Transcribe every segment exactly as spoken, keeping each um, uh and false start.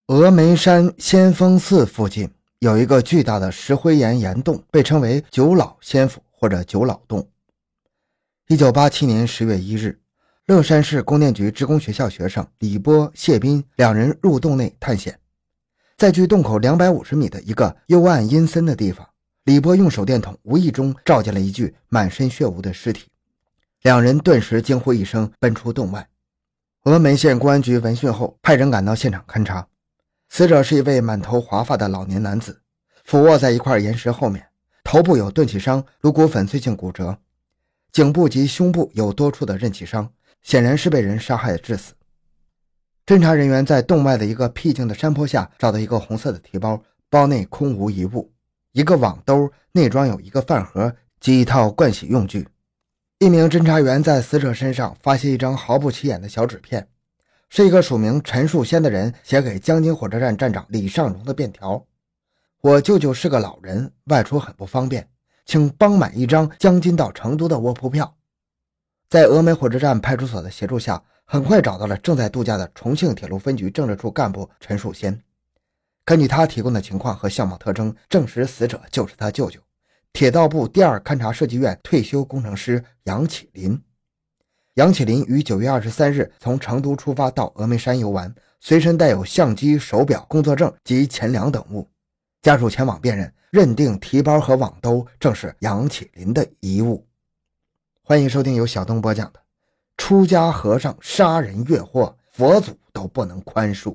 峨眉山先锋寺附近有一个巨大的石灰岩岩洞，被称为九老仙府或者九老洞。一九八七年十月一日，乐山市供电局职工学校学生李波、谢斌两人入洞内探险。在距洞口两百五十米的一个幽暗阴森的地方，李波用手电筒无意中照见了一具满身血污的尸体，两人顿时惊呼一声，奔出洞外。峨眉县公安局闻讯后派人赶到现场勘查。死者是一位满头华发的老年男子，俯卧在一块岩石后面，头部有钝器伤，颅骨粉碎性骨折，颈部及胸部有多处的刃器伤，显然是被人杀害致死。侦查人员在洞外的一个僻静的山坡下找到一个红色的提包，包内空无一物，一个网兜内装有一个饭盒及一套盥洗用具。一名侦查员在死者身上发现一张毫不起眼的小纸片，是一个署名陈树先的人写给江津火车站站长李尚荣的便条：我舅舅是个老人，外出很不方便，请帮买一张江津到成都的卧铺票。在峨眉火车站派出所的协助下，很快找到了正在度假的重庆铁路分局政治处干部陈树先。根据他提供的情况和相貌特征，证实死者就是他舅舅，铁道部第二勘察设计院退休工程师杨启林。杨启林于九月二十三日从成都出发到峨眉山游玩，随身带有相机、手表、工作证及钱粮等物。家属前往辨认，认定提包和网兜正是杨启林的遗物。欢迎收听由小东播讲的出家和尚杀人越货，佛祖都不能宽恕。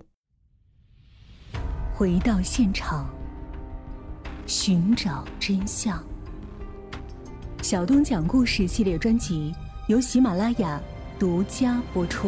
回到现场，寻找真相。小东讲故事系列专辑由喜马拉雅独家播出。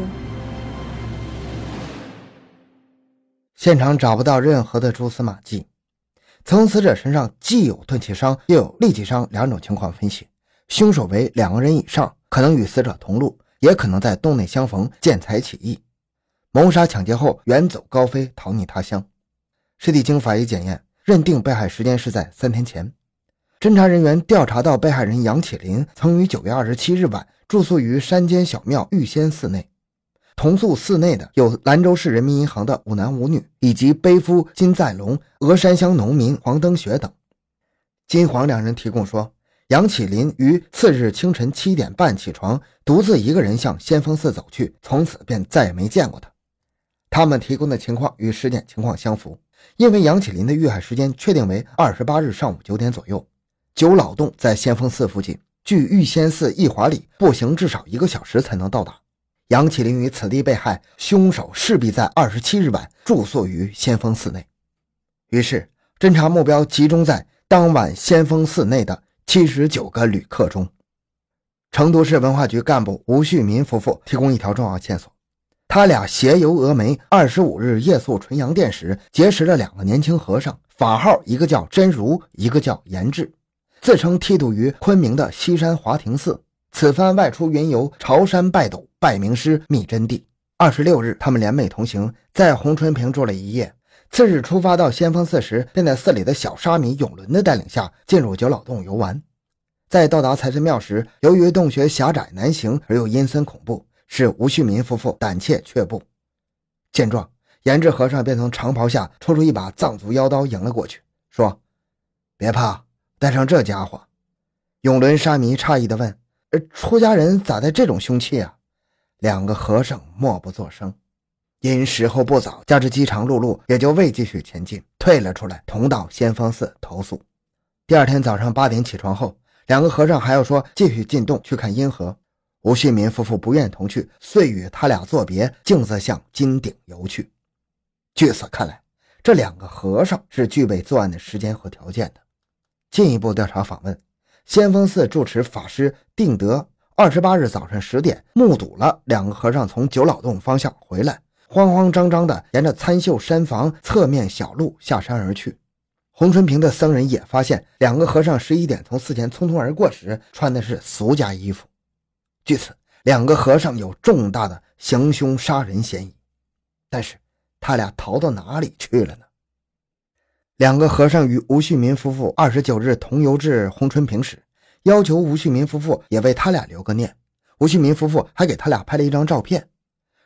现场找不到任何的蛛丝马迹，从死者身上既有钝器伤又有利器伤两种情况分析，凶手为两个人以上，可能与死者同路，也可能在洞内相逢见财起意，谋杀抢劫后远走高飞逃匿他乡。尸体经法医检验，认定被害时间是在三天前。侦查人员调查到被害人杨启林曾于九月二十七日晚住宿于山间小庙玉仙寺内，同宿寺内的有兰州市人民银行的五男五女，以及背夫金在龙、峨山乡农民黄登学等。金黄两人提供说，杨启林于次日清晨七点半起床，独自一个人向先锋寺走去，从此便再也没见过他。他们提供的情况与尸检情况相符，因为杨启林的遇害时间确定为二十八日上午九点左右。九老洞在先锋寺附近，距玉仙寺一华里步行至少一个小时才能到达。杨启林于此地被害，凶手势必在二十七日晚住宿于先锋寺内。于是侦查目标集中在当晚先锋寺内的七十九个旅客中。成都市文化局干部吴旭民夫妇提供一条重要线索，他俩携游峨眉，二十五日夜宿纯阳殿时结识了两个年轻和尚，法号一个叫真如，一个叫严志，自称剃度于昆明的西山华亭寺，此番外出云游朝山拜斗，拜名师觅真谛。二十六日他们联袂同行，在红春坪住了一夜，次日出发到先锋寺时，便在寺里的小沙弥永伦的带领下进入九老洞游玩。在到达财神庙时，由于洞穴狭窄难行而又阴森恐怖，使吴旭民夫妇胆怯却步。见状，严志和尚便从长袍下抽出一把藏族腰刀迎了过去，说：别怕，带上这家伙。永伦沙弥诧异地问：出家人咋带这种凶器啊？两个和尚默不作声。因时候不早，加之饥肠辘辘，也就未继续前进，退了出来，同到先锋寺投宿。第二天早上八点起床后，两个和尚还要说继续进洞去看阴河。吴旭民夫妇不愿同去，遂与他俩作别，径自向金顶游去。据此看来，这两个和尚是具备作案的时间和条件的。进一步调查访问，先锋寺住持法师定德二十八日早上十点目睹了两个和尚从九老洞方向回来，慌慌张张地沿着参秀山房侧面小路下山而去。红春坪的僧人也发现两个和尚十一点从寺前匆匆而过时穿的是俗家衣服。据此，两个和尚有重大的行凶杀人嫌疑。但是他俩逃到哪里去了呢？两个和尚与吴旭民夫妇二十九日同游至红春坪时，要求吴旭民夫妇也为他俩留个念。吴旭民夫妇还给他俩拍了一张照片。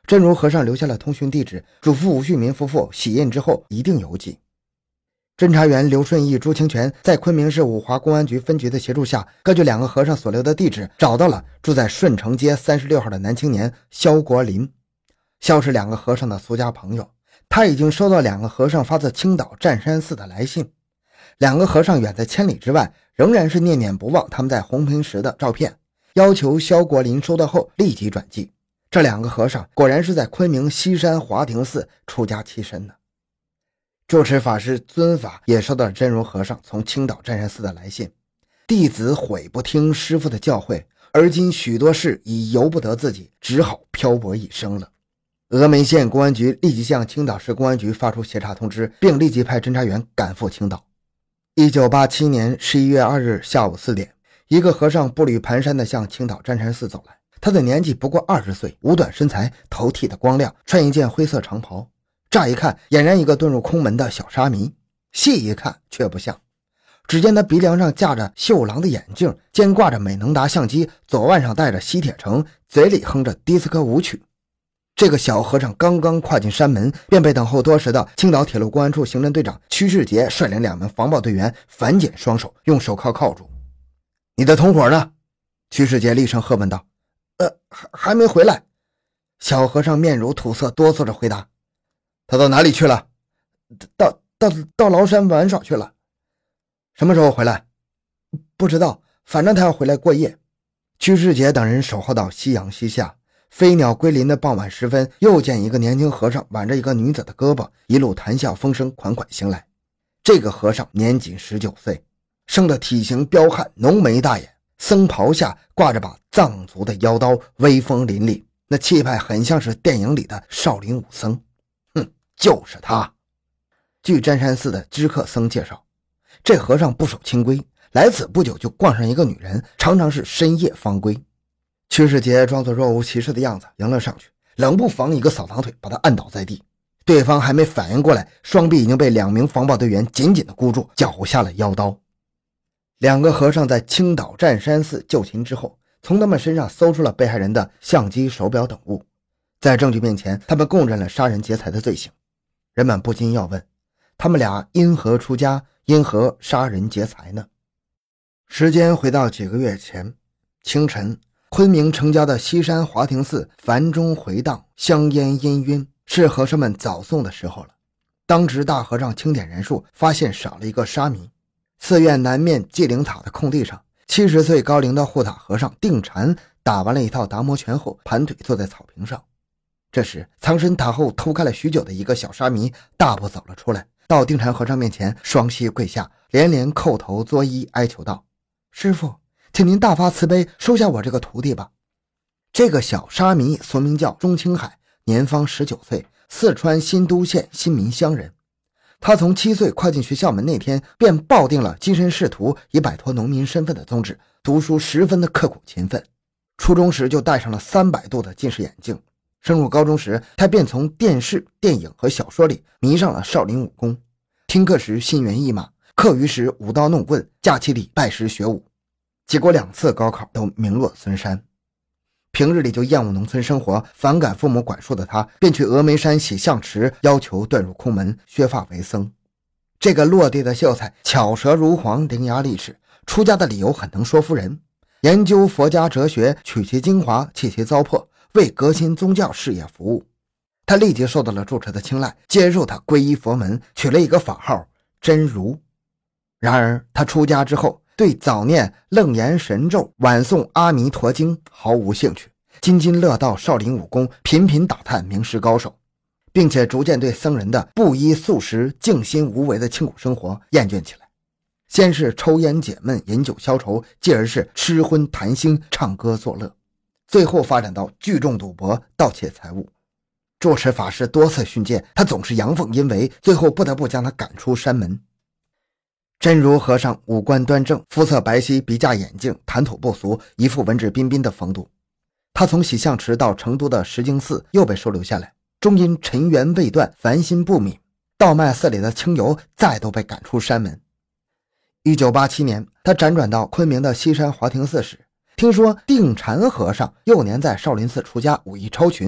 真如和尚留下了通讯地址，嘱咐吴旭民夫妇洗印之后一定邮寄。侦查员刘顺义、朱清泉在昆明市五华公安局分局的协助下，根据两个和尚所留的地址，找到了住在顺城街三十六号的男青年肖国林。肖是两个和尚的俗家朋友，他已经收到两个和尚发自青岛湛山寺的来信。两个和尚远在千里之外，仍然是念念不忘他们在红坪时的照片，要求肖国林收到后立即转寄。这两个和尚果然是在昆明西山华亭寺出家栖身的。住持法师尊法也收到了真如和尚从青岛湛山寺的来信，弟子悔不听师父的教诲，而今许多事已由不得自己，只好漂泊一生了。峨眉县公安局立即向青岛市公安局发出协查通知，并立即派侦查员赶赴青岛。一九八七年十一月二日下午四点，一个和尚步履蹒跚地向青岛湛山寺走来，他的年纪不过二十岁，五短身材，头剃得光亮，穿一件灰色长袍，乍一看俨然一个遁入空门的小沙弥，细一看却不像。只见他鼻梁上架着秀郎的眼镜，肩挂着美能达相机，左腕上戴着吸铁城，嘴里哼着迪斯科舞曲。这个小和尚刚刚跨进山门，便被等候多时的青岛铁路公安处刑侦队长屈世杰率领两名防暴队员反剪双手，用手铐铐住。你的同伙呢？屈世杰厉声喝问道。呃，还还没回来。小和尚面如土色，哆嗦着回答。他到哪里去了？到到到崂山玩耍去了。什么时候回来？不知道，反正他要回来过夜。屈世杰等人守候到夕阳西下，飞鸟归林的傍晚时分，又见一个年轻和尚挽着一个女子的胳膊，一路谈笑风生，款款行来。这个和尚年仅十九岁，生得体型彪悍，浓眉大眼，僧袍下挂着把藏族的腰刀，威风凛凛，那气派很像是电影里的少林武僧。哼，就是他。据湛山寺的知客僧介绍，这和尚不守清规，来此不久就逛上一个女人，常常是深夜方归。屈世杰装作若无其事的样子迎了上去，冷不防一个扫堂腿把他按倒在地。对方还没反应过来，双臂已经被两名防暴队员紧紧地箍住，缴下了腰刀。两个和尚在青岛湛山寺就擒之后，从他们身上搜出了被害人的相机、手表等物，在证据面前，他们供认了杀人劫财的罪行。人们不禁要问，他们俩因何出家，因何杀人劫财呢？时间回到几个月前，清晨，昆明城郊的西山华亭寺梵钟回荡，香烟氤氲，是和尚们早诵的时候了。当值大和尚清点人数，发现少了一个沙弥。寺院南面祭灵塔的空地上，七十岁高龄的护塔和尚定禅打完了一套达摩拳后，盘腿坐在草坪上。这时藏身塔后偷看了许久的一个小沙弥大步走了出来，到定禅和尚面前双膝跪下，连连叩头作揖，哀求道：师父，请您大发慈悲，收下我这个徒弟吧。这个小沙弥俗名叫钟清海，年方十九岁，四川新都县新民乡人。他从七岁跨进学校门那天，便抱定了跻身仕途，以摆脱农民身份的宗旨，读书十分的刻苦勤奋。初中时就戴上了三百度的近视眼镜。升入高中时，他便从电视、电影和小说里迷上了少林武功。听课时心猿意马，课余时舞刀弄棍，假期里拜师学武。结果两次高考都名落孙山。平日里就厌恶农村生活，反感父母管束的他，便去峨眉山洗象池，要求遁入空门，削发为僧。这个落地的秀才巧舌如簧，伶牙俐齿，出家的理由很能说服人，研究佛家哲学，取其精华，弃其糟粕，为革新宗教事业服务。他立即受到了住持的青睐，接受他皈依佛门，取了一个法号真如。然而他出家之后，对早念楞严神咒、晚诵阿弥陀经毫无兴趣，津津乐道少林武功，频频打探名师高手，并且逐渐对僧人的布衣素食、静心无为的清苦生活厌倦起来。先是抽烟解闷、饮酒消愁，继而是吃荤谈心、唱歌作乐，最后发展到聚众赌博、盗窃财物。住持法师多次训诫，他总是阳奉阴违，最后不得不将他赶出山门。真如和尚五官端正，肤色白皙，鼻架眼镜，谈吐不俗，一副文质彬彬的风度。他从洗象池到成都的石经寺又被收留下来，终因尘缘未断，烦心不泯，倒卖寺里的清油，再都被赶出山门。一九八七年，他辗转到昆明的西山华亭寺时，听说定禅和尚幼年在少林寺出家，武艺超群，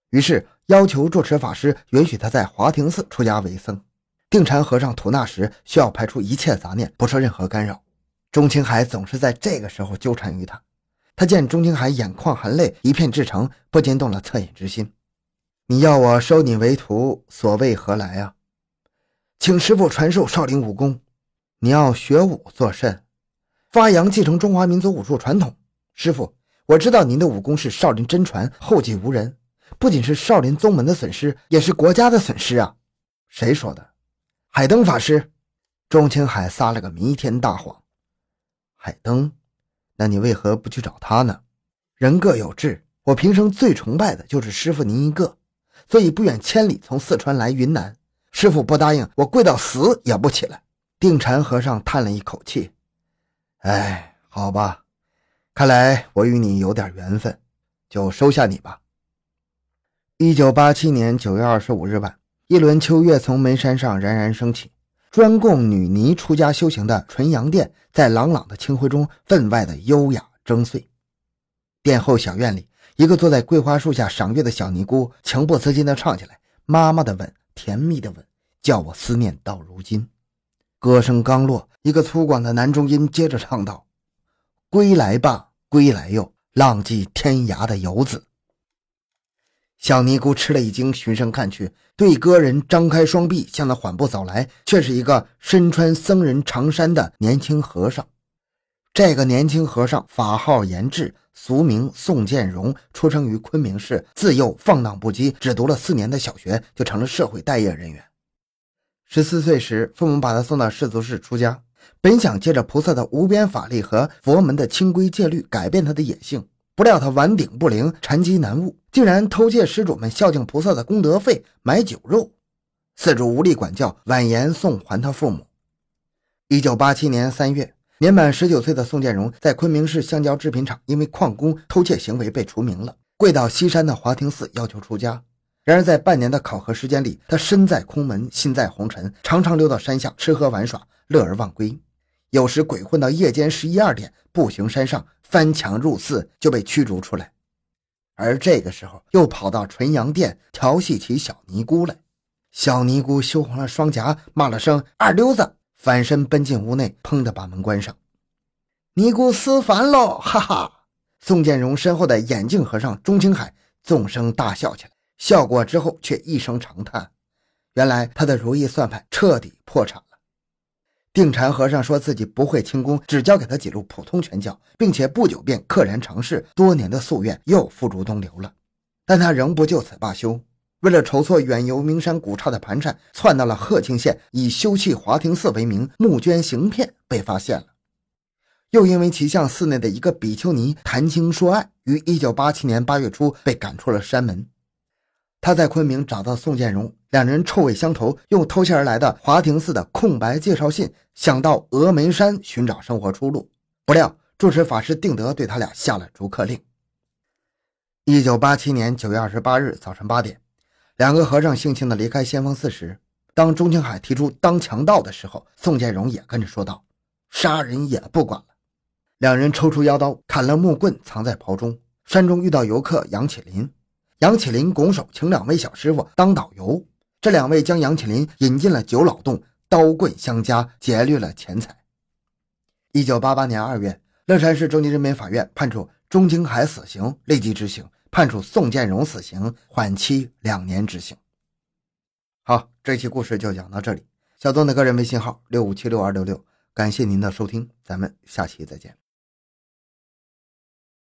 于是要求住持法师允许他在华亭寺出家为僧。定禅和尚吐纳时需要排除一切杂念，不受任何干扰。钟清海总是在这个时候纠缠于他。他见钟清海眼眶含泪，一片至诚，不禁动了恻隐之心。你要我收你为徒，所谓何来啊？请师父传授少林武功。你要学武作甚？发扬继承中华民族武术传统。师父，我知道您的武功是少林真传，后继无人，不仅是少林宗门的损失，也是国家的损失啊。谁说的？海灯法师。钟清海撒了个弥天大谎。海灯？那你为何不去找他呢？人各有志，我平生最崇拜的就是师父您一个，所以不远千里从四川来云南。师父不答应，我跪到死也不起来。定禅和尚叹了一口气，哎，好吧，看来我与你有点缘分，就收下你吧。一九八七年九月二十五日晚，一轮秋月从眉山上冉冉升起，专供女尼出家修行的纯阳殿在朗朗的清辉中分外的优雅争穗。殿后小院里，一个坐在桂花树下赏月的小尼姑情不自禁地唱起来，妈妈的吻，甜蜜的吻，叫我思念到如今。歌声刚落，一个粗犷的男中音接着唱道：归来吧，归来哟，浪迹天涯的游子。小尼姑吃了一惊，循声看去，对歌人张开双臂向他缓步走来，却是一个身穿僧人长衫的年轻和尚。这个年轻和尚法号严志，俗名宋建荣，出生于昆明市，自幼放荡不羁，只读了四年的小学就成了社会待业人员。十四岁时，父母把他送到世族寺出家，本想借着菩萨的无边法力和佛门的清规戒律改变他的野性，不料他顽顶不灵，禅机难悟，竟然偷借施主们孝敬菩萨的功德费买酒肉。寺主无力管教，婉言送还他父母。一九八七年三月，年满十九岁的宋建荣在昆明市橡胶制品厂因为矿工偷窃行为被除名了，跪到西山的华亭寺要求出家。然而在半年的考核时间里，他身在空门，心在红尘，常常溜到山下吃喝玩耍，乐而忘归。有时鬼混到夜间十一二点，步行山上，翻墙入寺，就被驱逐出来。而这个时候又跑到纯阳殿调戏起小尼姑来。小尼姑羞红了双颊，骂了声二溜子，反身奔进屋内，砰地把门关上。尼姑思烦喽，哈哈！宋建荣身后的眼镜和尚钟清海纵声大笑起来，笑过之后却一声长叹，原来他的如意算盘彻底破产了。定禅和尚说自己不会轻功，只教给他几路普通拳脚，并且不久便溘然长逝，多年的夙愿又付诸东流了。但他仍不就此罢休，为了筹措远游名山古刹的盘缠，窜到了鹤庆县，以修葺华亭寺为名募捐行骗，被发现了。又因为其向寺内的一个比丘尼谈情说爱，于一九八七年八月初被赶出了山门。他在昆明找到宋建荣，两人臭味相投，用偷窃而来的华亭寺的空白介绍信想到峨眉山寻找生活出路，不料住持法师定德对他俩下了逐客令。一九八七年九月二十八日早晨八点，两个和尚悻悻地离开先锋寺时，当钟清海提出当强盗的时候，宋建荣也跟着说道：杀人也不管了。两人抽出腰刀，砍了木棍藏在袍中。山中遇到游客杨启林，杨启林拱手请两位小师傅当导游，这两位将杨启林引进了酒老洞，刀棍相加，劫掠了钱财。一九八八年二月，乐山市中级人民法院判处钟清海死刑，立即执行，判处宋建荣死刑，缓期两年执行。好，这期故事就讲到这里。小东的个人微信号六五七六二六六，感谢您的收听，咱们下期再见。